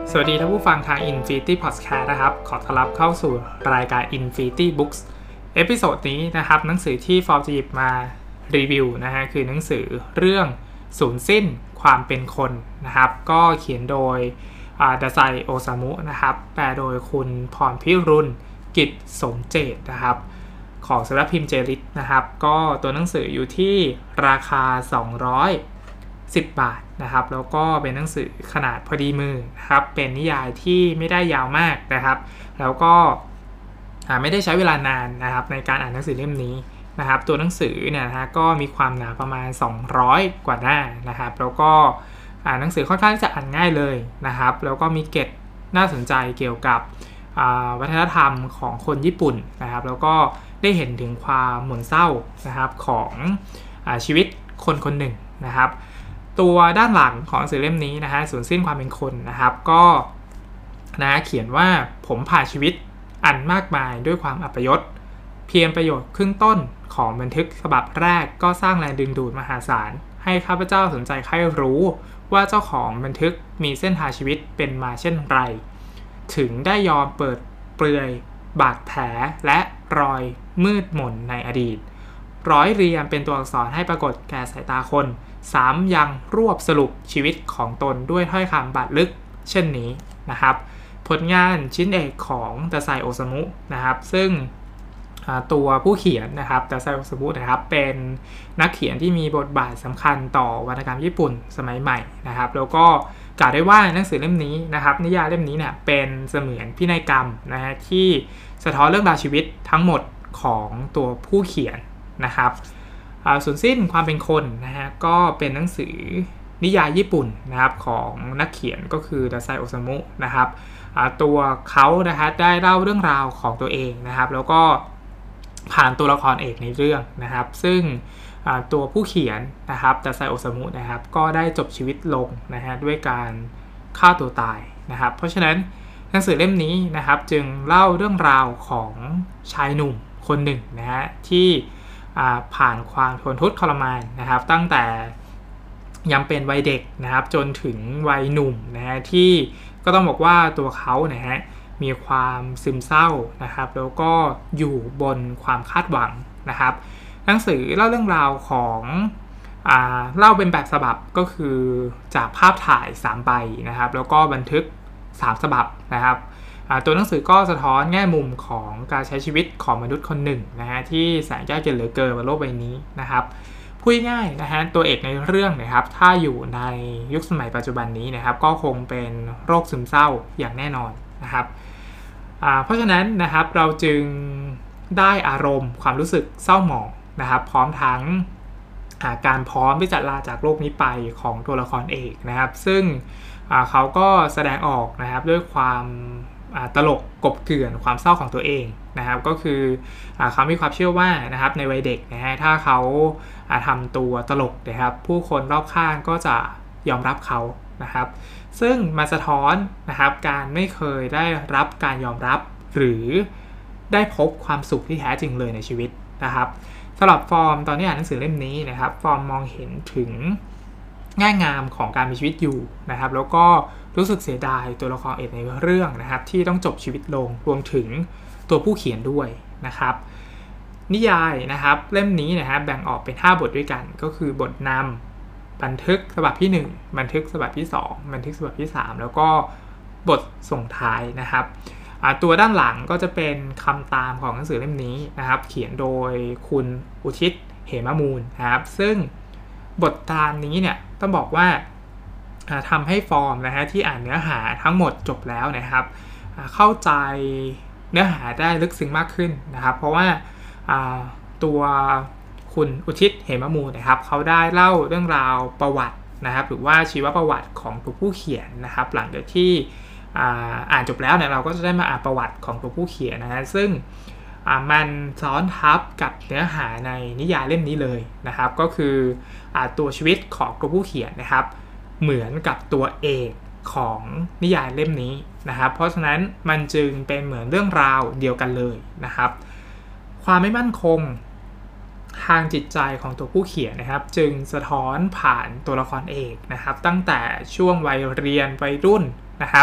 สวัสดีท่านผู้ฟังทาง Infinity Podcast นะครับขอต้อนรับเข้าสู่รายการ Infinity Books เอพิโซดนี้นะครับหนังสือที่ฟอร์จะหยิบมารีวิวนะฮะคือหนังสือเรื่องสูญสิ้นความเป็นคนนะครับก็เขียนโดยดาไซโอซามุนะครับแปลโดยคุณพรพิรุณกิจสมเจตนะครับของสำนักพิมพ์เจริตนะครับก็ตัวหนังสืออยู่ที่ราคา210 บาทนะครับแล้วก็เป็นหนังสือขนาดพอดีมือนะครับเป็นนิยายที่ไม่ได้ยาวมากนะครับแล้วก็ไม่ได้ใช้เวลานานนะครับในการอ่านหนังสือเล่มนี้นะครับตัวหนังสือเนี่ยนะฮะก็มีความหนาประมาณ200 กว่าหน้านะครับแล้วก็หนังสือค่อนข้างจะอ่านง่ายเลยนะครับแล้วก็มีเกร็ดน่าสนใจเกี่ยวกับวัฒนธรรมของคนญี่ปุ่นนะครับแล้วก็ได้เห็นถึงความหม่นเศร้านะครับของชีวิตคนคนหนึ่งนะครับตัวด้านหลังของหนังสือเล่มนี้นะฮะสูญสิ้นความเป็นคนนะครับก็นะเขียนว่าผมผ่านชีวิตอันมากมายด้วยความอัปยศเพียงประโยชน์ครึ่งต้นของบันทึกฉบับแรกก็สร้างแรงดึงดูดมหาศาลให้ข้าพเจ้าสนใจใคร่รู้ว่าเจ้าของบันทึกมีเส้นทางชีวิตเป็นมาเช่นไรถึงได้ยอมเปิดเปลือยบาดแผลและรอยมืดมนในอดีตร้อยเรียงเป็นตัวอักษรให้ปรากฏแก่สายตาคนยังรวบสรุปชีวิตของตนด้วยถ้อยคำบาดลึกเช่นนี้นะครับผลงานชิ้นเอกของดาไซโอซามุนะครับซึ่งตัวผู้เขียนนะครับดาไซโอซามุนะครับเป็นนักเขียนที่มีบทบาทสำคัญต่อวรรณกรรมญี่ปุ่นสมัยใหม่นะครับแล้วก็กล่าวได้ว่าหนังสือเล่มนี้นะครับนิยายเล่มนี้เนี่ยเป็นเสมือนพินัยกรรมนะฮะที่สะท้อนเรื่องราวชีวิตทั้งหมดของตัวผู้เขียนนะครับสูญสิ้นความเป็นคนนะฮะก็เป็นหนังสือนิยายญี่ปุ่นนะครับของนักเขียนก็คือดาไซโอซามุนะครับตัวเขานะฮะได้เล่าเรื่องราวของตัวเองนะครับแล้วก็ผ่านตัวละครเอกในเรื่องนะครับซึ่งตัวผู้เขียนนะครับดาไซโอซามุนะครับก็ได้จบชีวิตลงนะฮะด้วยการฆ่าตัวตายนะครับเพราะฉะนั้นหนังสือเล่มนี้นะครับจึงเล่าเรื่องราวของชายหนุ่มคนหนึ่งนะฮะที่ผ่านความทนทุกข์ทรมานนะครับตั้งแต่ยังเป็นวัยเด็กนะครับจนถึงวัยหนุ่มนะฮะที่ก็ต้องบอกว่าตัวเขานะฮะมีความซึมเศร้านะครับแล้วก็อยู่บนความคาดหวังนะครับหนังสือเล่าเรื่องราวของเล่าเป็นแบบฉบับก็คือจากภาพถ่าย3ใบนะครับแล้วก็บันทึก3ฉบับนะครับตัวหนังสือก็สะท้อนแง่มุมของการใช้ชีวิตของมนุษย์คนหนึ่งนะฮะที่แสนยากเย็นเหลือเกินบนโลกใบนี้นะครับพูดง่ายๆนะฮะตัวเอกในเรื่องนะครับถ้าอยู่ในยุคสมัยปัจจุบันนี้นะครับก็คงเป็นโรคซึมเศร้าอย่างแน่นอนนะครับเพราะฉะนั้นนะครับเราจึงได้อารมณ์ความรู้สึกเศร้าหมองนะครับพร้อมทั้งการพร้อมที่จะลาจากโลกนี้ไปของตัวละครเอกนะครับซึ่งเขาก็แสดงออกนะครับด้วยความตลกกบเกลื่อนความเศร้าของตัวเองนะครับก็คือเขามีความเชื่อว่านะครับในวัยเด็กนะฮะถ้าเขาทำตัวตลกนะครับผู้คนรอบข้างก็จะยอมรับเขานะครับซึ่งมาสะท้อนนะครับการไม่เคยได้รับการยอมรับหรือได้พบความสุขที่แท้จริงเลยในชีวิตนะครับสำหรับฟอร์มตอนที่อ่านหนังสือเล่มนี้นะครับฟอร์มมองเห็นถึงง่ายงามของการมีชีวิตอยู่นะครับแล้วก็รู้สึกเสียดายตัวละครเอกในเรื่องนะครับที่ต้องจบชีวิตลงรวมถึงตัวผู้เขียนด้วยนะครับนิยายนะครับเล่มนี้นะครับแบ่งออกเป็น5บทด้วยกันก็คือบทนำบันทึกฉบับที่1บันทึกฉบับที่2บันทึกฉบับที่3แล้วก็บทส่งท้ายนะครับตัวด้านหลังก็จะเป็นคำตามของหนังสือเล่มนี้นะครับเขียนโดยคุณอุทิศเหมมูลนะครับซึ่งบทตามนี้เนี่ยต้องบอกว่าทำให้ฟอร์มนะฮะที่อ่านเนื้อหาทั้งหมดจบแล้วนะครับเข้าใจเนื้อหาได้ลึกซึ้งมากขึ้นนะครับเพราะว่าตัวคุณอุทิศเหมมูลนะครับเขาได้เล่าเรื่องราวประวัตินะครับหรือว่าชีวประวัติของตัวผู้เขียนนะครับหลังจากที่อ่านจบแล้วเนี่ยเราก็จะได้มาอ่านประวัติของตัวผู้เขียนนะฮะซึ่งมันซ้อนทับกับเนื้อหาในนิยายเล่มนี้เลยนะครับก็คือตัวชีวิตของตัวผู้เขียนนะครับเหมือนกับตัวเอกของนิยายเล่มนี้นะครับเพราะฉะนั้นมันจึงเป็นเหมือนเรื่องราวเดียวกันเลยนะครับความไม่มั่นคงทางจิตใจของตัวผู้เขียนนะครับจึงสะท้อนผ่านตัวละครเอกนะครับตั้งแต่ช่วงวัยเรียนวัยรุ่นนะครับ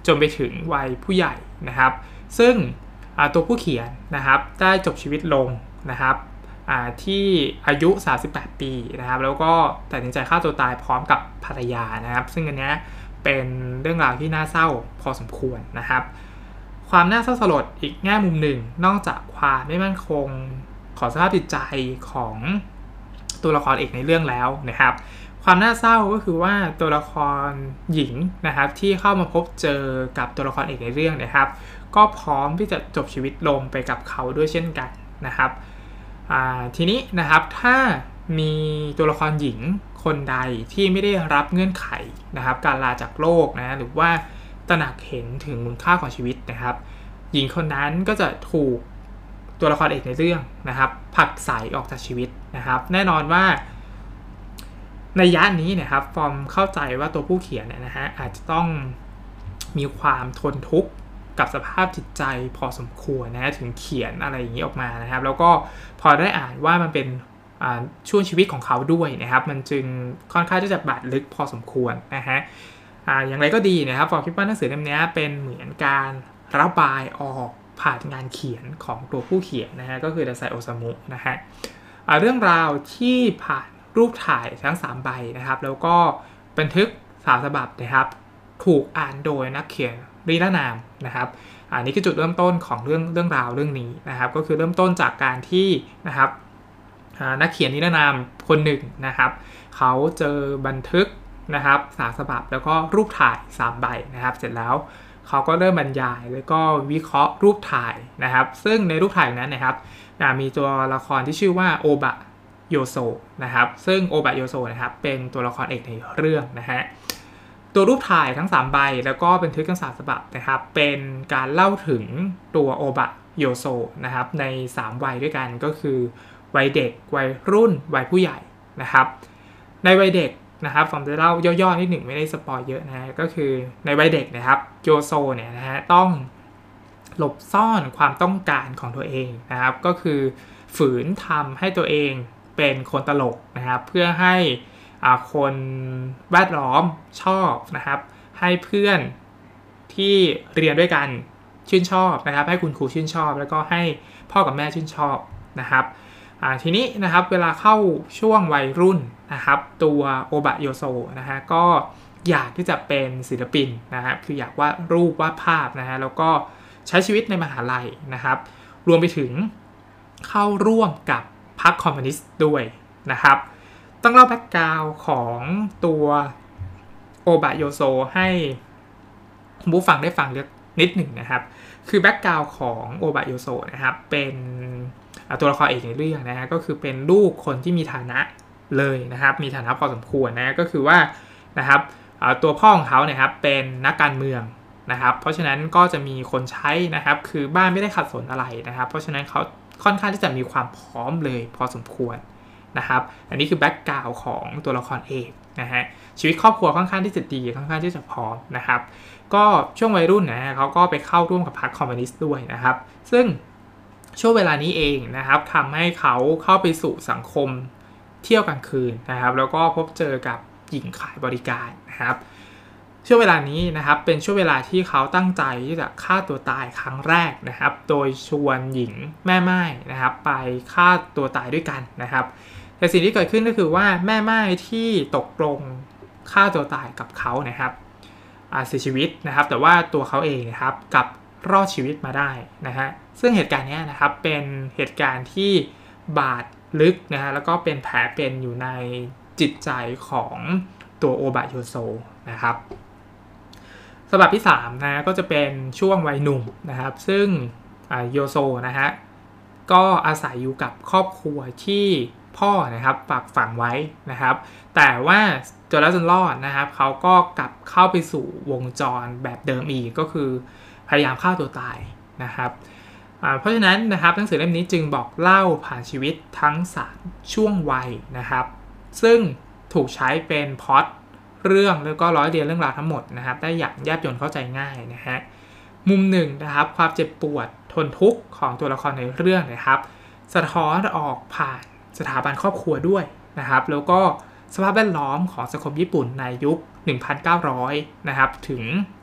จนไปถึงวัยผู้ใหญ่นะครับซึ่งตัวผู้เขียนนะครับได้จบชีวิตลงนะครับที่อายุ38ปีนะครับแล้วก็ตัดสินใจฆ่าตัวตายพร้อมกับภรรยานะครับซึ่งอันนี้เป็นเรื่องราวที่น่าเศร้าพอสมควรนะครับความน่าเศร้าสลดอีกแง่มุมหนึ่งนอกจากความไม่มั่นคงของสภาพจิตใจของตัวละครเอกในเรื่องแล้วนะครับความน่าเศร้าก็คือว่าตัวละครหญิงนะครับที่เข้ามาพบเจอกับตัวละครเอกในเรื่องนะครับก็พร้อมที่จะจบชีวิตลงไปกับเขาด้วยเช่นกันนะครับทีนี้นะครับถ้ามีตัวละครหญิงคนใดที่ไม่ได้รับเงื่อนไขนะครับการลาจากโลกนะหรือว่าตระหนักเห็นถึงคุณค่าของชีวิตนะครับหญิงคนนั้นก็จะถูกตัวละครเอกในเรื่องนะครับผลักไสออกจากชีวิตนะครับแน่นอนว่าในยะนี้นะครับฟอร์มเข้าใจว่าตัวผู้เขียนเนี่ยนะฮะอาจจะต้องมีความทนทุกข์กับสภาพจิตใจพอสมควรนะถึงเขียนอะไรอย่างนี้ออกมานะครับแล้วก็พอได้อ่านว่ามันเป็นช่วงชีวิตของเขาด้วยนะครับมันจึงค่อนข้างที่จะบาดลึกพอสมควรนะฮะอย่างไรก็ดีนะครับฟอร์มคิดว่าหนังสือเล่มนี้เป็นเหมือนการระบายออกผ่านงานเขียนของตัวผู้เขียนนะฮะก็คือดาไซโอซามุนะฮะเรื่องราวที่ผ่านรูปถ่ายทั้ง3ใบนะครับแล้วก็บันทึก3ฉบับนะครับถูกอ่านโดยนักเขียนนิรนามนะครับอันนี้คือจุดเริ่มต้นของเรื่องราวเรื่องนี้นะครับก็คือเริ่มต้นจากการที่นะครับนักเขียนนิรนามคนหนึ่งนะครับเขาเจอบันทึกนะครับ3ฉบับแล้วก็รูปถ่าย3ใบนะครับเสร็จแล้วเขาก็เริ่มบรรยายแล้วก็วิเคราะห์รูปถ่ายนะครับซึ่งในรูปถ่ายนั้นนะครับมีตัวละครที่ชื่อว่าโอบะโยโซนะครับซึ่งโอบะโยโซนะครับเป็นตัวละครเอกในเรื่องนะฮะตัวรูปถ่ายทั้ง3ใบแล้วก็บันทึกทั้ง3ฉบับนะครับเป็นการเล่าถึงตัวโอบะโยโซนะครับใน3วัยด้วยกันก็คือวัยเด็กวัยรุ่นวัยผู้ใหญ่นะครับในวัยเด็กนะครับผมจะเล่าย่อๆนิดหนึ่งไม่ได้สปอยเยอะนะก็คือในวัยเด็กนะครับโยโซเนี่ยนะฮะต้องหลบซ่อนความต้องการของตัวเองนะครับก็คือฝืนทำให้ตัวเองเป็นคนตลกนะครับเพื่อให้คนแวดล้อมชอบนะครับให้เพื่อนที่เรียนด้วยกันชื่นชอบนะครับให้คุณครูชื่นชอบแล้วก็ให้พ่อกับแม่ชื่นชอบนะครับทีนี้นะครับเวลาเข้าช่วงวัยรุ่นนะครับตัวโอบะโยโซนะฮะก็อยากที่จะเป็นศิลปินนะครับคืออยากวาดรูปวาดภาพนะฮะแล้วก็ใช้ชีวิตในมหาลัยนะครับรวมไปถึงเข้าร่วมกับพรรคคอมมิวนิสต์ด้วยนะครับต้องเล่าแบ็กกราวด์ของตัวโอบะโยโซให้ผู้ฟังได้ฟังเล็กนิดหนึ่งนะครับคือแบ็กกราวด์ของโอบะโยโซนะครับเป็นตัวละครเอกในเรื่องนะฮะก็คือเป็นลูกคนที่มีฐานะเลยนะครับมีฐานะพอสมควรนะก็คือว่านะครับตัวพ่อของเขาเนี่ยครับเป็นนักการเมืองนะครับเพราะฉะนั้นก็จะมีคนใช้นะครับคือบ้านไม่ได้ขัดสนอะไรนะครับเพราะฉะนั้นเขาค่อนข้างที่จะมีความพร้อมเลยพอสมควรนะครับอันนี้คือแบ็กกราวด์ของตัวละครเอกนะฮะชีวิตครอบครัวค่อนข้างที่จะดีค่อนข้างที่จะพร้อมนะครับก็ช่วงวัยรุ่นนะเขาก็ไปเข้าร่วมกับพรรคคอมมิวนิสต์ด้วยนะครับซึ่งช่วงเวลานี้เองนะครับทำให้เขาเข้าไปสู่สังคมเที่ยวกลางคืนนะครับแล้วก็พบเจอกับหญิงขายบริการนะครับช่วงเวลานี้นะครับเป็นช่วงเวลาที่เขาตั้งใจที่จะฆ่าตัวตายครั้งแรกนะครับโดยชวนหญิงแม่ไม้นะครับไปฆ่าตัวตายด้วยกันนะครับแต่สิ่งที่เกิดขึ้นก็คือว่าแม่ไม้ที่ตกลงฆ่าตัวตายกับเขานะครับเสียชีวิตนะครับแต่ว่าตัวเขาเองนะครับกลับรอดชีวิตมาได้นะฮะซึ่งเหตุการณ์นี้นะครับเป็นเหตุการณ์ที่บาดลึกนะฮะแล้วก็เป็นแผลเป็นอยู่ในจิตใจของตัวโอบะโยโซนะครับฉบับที่3นะก็จะเป็นช่วงวัยหนุ่มนะครับซึ่งโยโซนะฮะก็อาศัยอยู่กับครอบครัวที่พ่อนะครับฝากฝังไว้นะครับแต่ว่าจนแล้วจนรอดนะครับเขาก็กลับเข้าไปสู่วงจรแบบเดิมอีกก็คือพยายามฆ่าตัวตายนะครับเพราะฉะนั้นนะครับหนังสือเล่มนี้จึงบอกเล่าผ่านชีวิตทั้ง3ช่วงวัยนะครับซึ่งถูกใช้เป็นพล็อตเรื่องแล้วก็ร้อยเรียงเรื่องราวทั้งหมดนะครับได้อย่างแยบยลเข้าใจง่ายนะฮะมุมหนึ่งนะครับความเจ็บปวดทนทุกข์ของตัวละครในเรื่องนะครับสะท้อนออกผ่านสถาบันครอบครัวด้วยนะครับแล้วก็สภาพแวดล้อมของสังคมญี่ปุ่นในยุค 1,900 นะครับถึง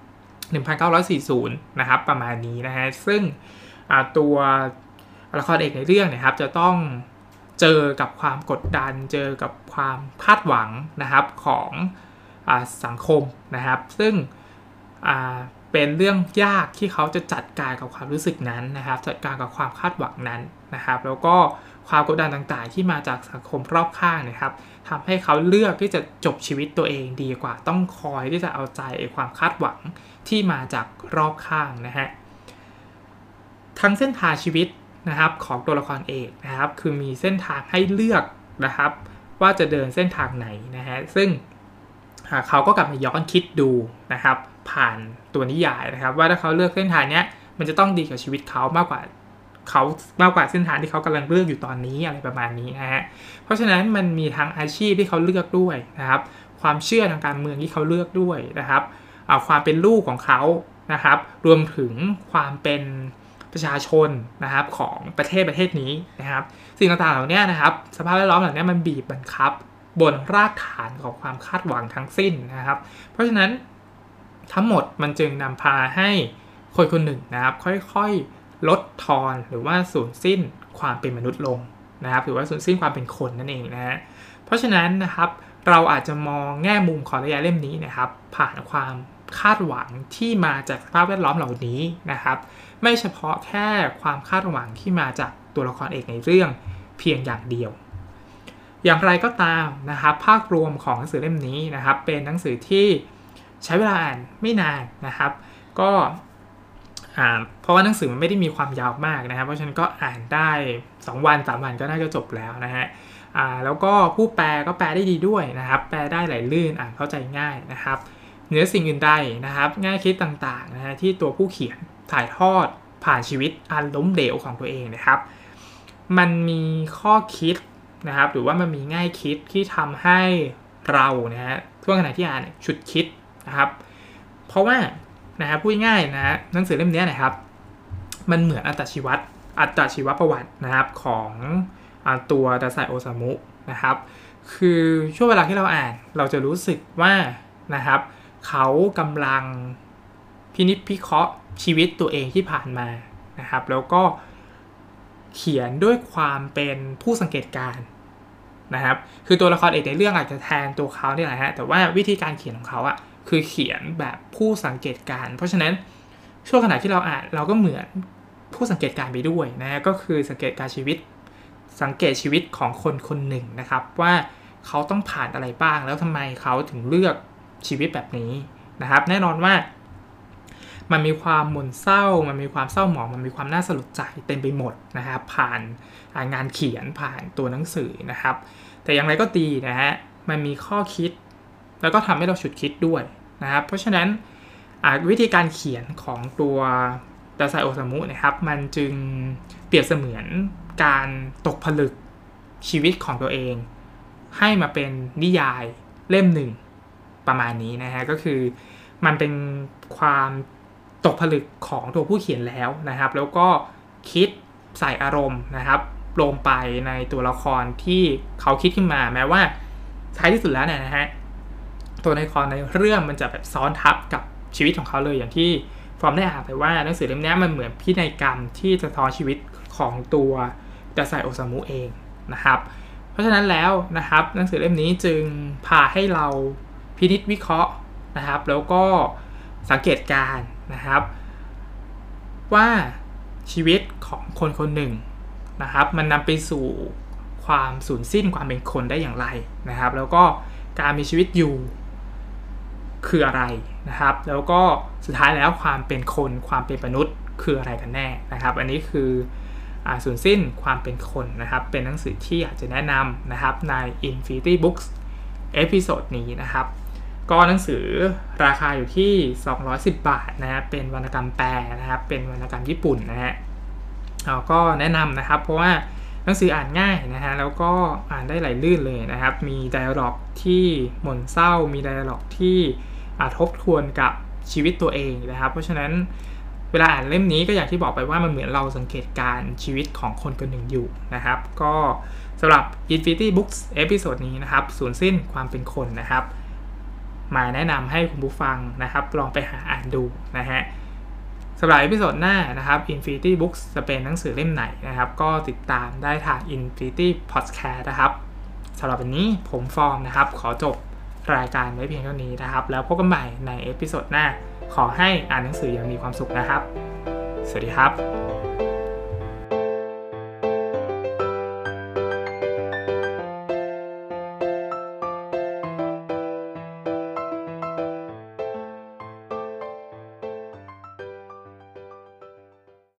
1940นะครับประมาณนี้นะฮะซึ่งตัวละครเอกในเรื่องเนี่ยครับจะต้องเจอกับความกดดันเจอกับความคาดหวังนะครับของสังคมนะครับซึ่งเป็นเรื่องยากที่เขาจะจัดการกับความรู้สึกนั้นนะครับจัดการกับความคาดหวังนั้นนะครับแล้วก็ความกดดันต่างๆที่มาจากสังคมรอบข้างนะครับทำให้เขาเลือกที่จะจบชีวิตตัวเองดีกว่าต้องคอยที่จะเอาใจความคาดหวังที่มาจากรอบข้างนะฮะทั้งเส้นทางชีวิตนะครับของตัวละครเอกนะครับคือมีเส้นทางให้เลือกนะครับว่าจะเดินเส้นทางไหนนะฮะซึ่งเขาก็กลับมาย้อนคิดดูนะครับผ่านตัวนิยายนะครับว่าถ้าเขาเลือกเส้นทางนี้มันจะต้องดีกับชีวิตเขามากกว่าเส้นทางที่เขากำลังเลือกอยู่ตอนนี้อะไรประมาณนี้นะฮะเพราะฉะนั้นมันมีทั้งอาชีพที่เขาเลือกด้วยนะครับความเชื่อทางการเมืองที่เขาเลือกด้วยนะครับความเป็นลูกของเขานะครับรวมถึงความเป็นประชาชนนะครับของประเทศนี้นะครับสิ่งต่างๆเหล่านี้นะครับสภาพแวดล้อมเหล่านี้มันบีบบังคับบนรากฐานของความคาดหวังทั้งสิ้นนะครับเพราะฉะนั้นทั้งหมดมันจึงนำพาให้คนคนหนึ่งนะครับค่อยๆลดทอนหรือว่าสูญสิ้นความเป็นมนุษย์ลงนะครับหรือว่าสูญสิ้นความเป็นคนนั่นเองนะฮะเพราะฉะนั้นนะครับเราอาจจะมองแง่มุมของนิยายเล่มนี้นะครับผ่านความคาดหวังที่มาจากสภาพแวดล้อมเหล่านี้นะครับไม่เฉพาะแค่ความคาดหวังที่มาจากตัวละครเอกในเรื่องเพียงอย่างเดียวอย่างไรก็ตามนะครับภาพรวมของหนังสือเล่มนี้นะครับเป็นหนังสือที่ใช้เวลาอ่านไม่นานนะครับก็เพราะว่าหนังสือมันไม่ได้มีความยาวมากนะครับเพราะฉะนั้นก็อ่านได้2 วัน 3 วันก็น่าจะจบแล้วนะฮะแล้วก็ผู้แปลก็แปลได้ดีด้วยนะครับแปลได้ไหลลื่นอ่านเข้าใจง่ายนะครับเหนือสิ่งอื่นใดนะครับแง่คิดต่างๆนะฮะที่ตัวผู้เขียนถ่ายทอดผ่านชีวิตอันล้มเหลวของตัวเองนะครับมันมีข้อคิดนะครับหรือว่ามันมีง่ายคิดที่ทำให้เรานะฮะช่วงขณะที่อ่านฉุดคิดนะครับเพราะว่านะครับพูดง่ายนะฮะหนังสือเล่มนี้นะครับมันเหมือนอัตชีวประวัตินะครับของตัวดาไซโอซามุนะครับคือช่วงเวลาที่เราอ่านเราจะรู้สึกว่านะครับเขากำลังพินิจพิเคราะห์ชีวิตตัวเองที่ผ่านมานะครับแล้วก็เขียนด้วยความเป็นผู้สังเกตการณ์นะครับคือตัวละครเอกในเรื่องอาจจะแทนตัวเขาเนี่ยแหละฮะแต่ว่าวิธีการเขียนของเขาคือเขียนแบบผู้สังเกตการณ์เพราะฉะนั้นช่วงขณะที่เราอ่านเราก็เหมือนผู้สังเกตการณ์ไปด้วยนะก็คือสังเกตชีวิตของคนคนหนึ่งนะครับว่าเขาต้องผ่านอะไรบ้างแล้วทำไมเขาถึงเลือกชีวิตแบบนี้นะครับแน่นอนว่ามันมีความหม่นเศร้ามันมีความเศร้าหมองมันมีความน่าสลดใจเต็มไปหมดนะครับผ่านงานเขียนผ่านตัวหนังสือนะครับแต่อย่างไรก็ดีนะฮะมันมีข้อคิดแล้วก็ทำให้เราฉุดคิดด้วยนะครับเพราะฉะนั้นวิธีการเขียนของตัวดาไซโอซามุนะครับมันจึงเปรียบเสมือนการตกผลึกชีวิตของตัวเองให้มาเป็นนิยายเล่มหนึ่งประมาณนี้นะฮะก็คือมันเป็นความตกผลึกของตัวผู้เขียนแล้วนะครับแล้วก็คิดใส่อารมณ์นะครับลงไปในตัวละครที่เขาคิดขึ้นมาแม้ว่าท้ายที่สุดแล้วเนี่ยนะฮะตัวละครในเรื่องมันจะแบบซ้อนทับกับชีวิตของเขาเลยอย่างที่ฟอร์มได้อ่านไปว่าหนังสือเล่มนี้มันเหมือนพินัยกรรมที่จะท้อชีวิตของตัวดาไซโอซามุเองนะครับเพราะฉะนั้นแล้วนะครับหนังสือเล่มนี้จึงพาให้เราพินิจวิเคราะห์นะครับแล้วก็สังเกตการณ์นะครับว่าชีวิตของคนคนหนึ่งนะครับมันนำไปสู่ความสูญสิ้นความเป็นคนได้อย่างไรนะครับแล้วก็การมีชีวิตอยู่คืออะไรนะครับแล้วก็สุดท้ายแล้วความเป็นคนความเป็นมนุษย์คืออะไรกันแน่นะครับอันนี้คือสูญสิ้นความเป็นคนนะครับเป็นหนังสือที่อยากจะแนะนำนะครับใน Infinity Books เอพิโซดนี้นะครับก็หนังสือราคาอยู่ที่210 บาทนะเป็นวรรณกรรมแปลนะครับเป็นวรรณกรรมญี่ปุ่นนะฮะก็แนะนำนะครับเพราะว่าหนังสืออ่านง่ายนะฮะแล้วก็อ่านได้ไหลลื่นเลยนะครับมีไดอะล็อกที่หม่นเศร้ามีไดอะล็อกที่ทบทวนกับชีวิตตัวเองนะครับเพราะฉะนั้นเวลาอ่านเล่มนี้ก็อย่างที่บอกไปว่ามันเหมือนเราสังเกตการชีวิตของคนคนหนึ่งอยู่นะครับก็สำหรับ Infinity Books เอพิโซดนี้นะครับสูญสิ้นความเป็นคนนะครับมาแนะนำให้คุณผู้ฟังนะครับลองไปหาอ่านดูนะฮะสำหรับเอพิโซดหน้านะครับ Infinity Books จะเป็นหนังสือเล่มไหนนะครับก็ติดตามได้ทาง Infinity Podcast นะครับสำหรับวันนี้ผมฟอร์มนะครับขอจบรายการไว้เพียงเท่านี้นะครับแล้วพบกันใหม่ในเอพิโซดหน้าขอให้อ่านหนังสืออย่างมีความสุขนะครับสวัสดีครับ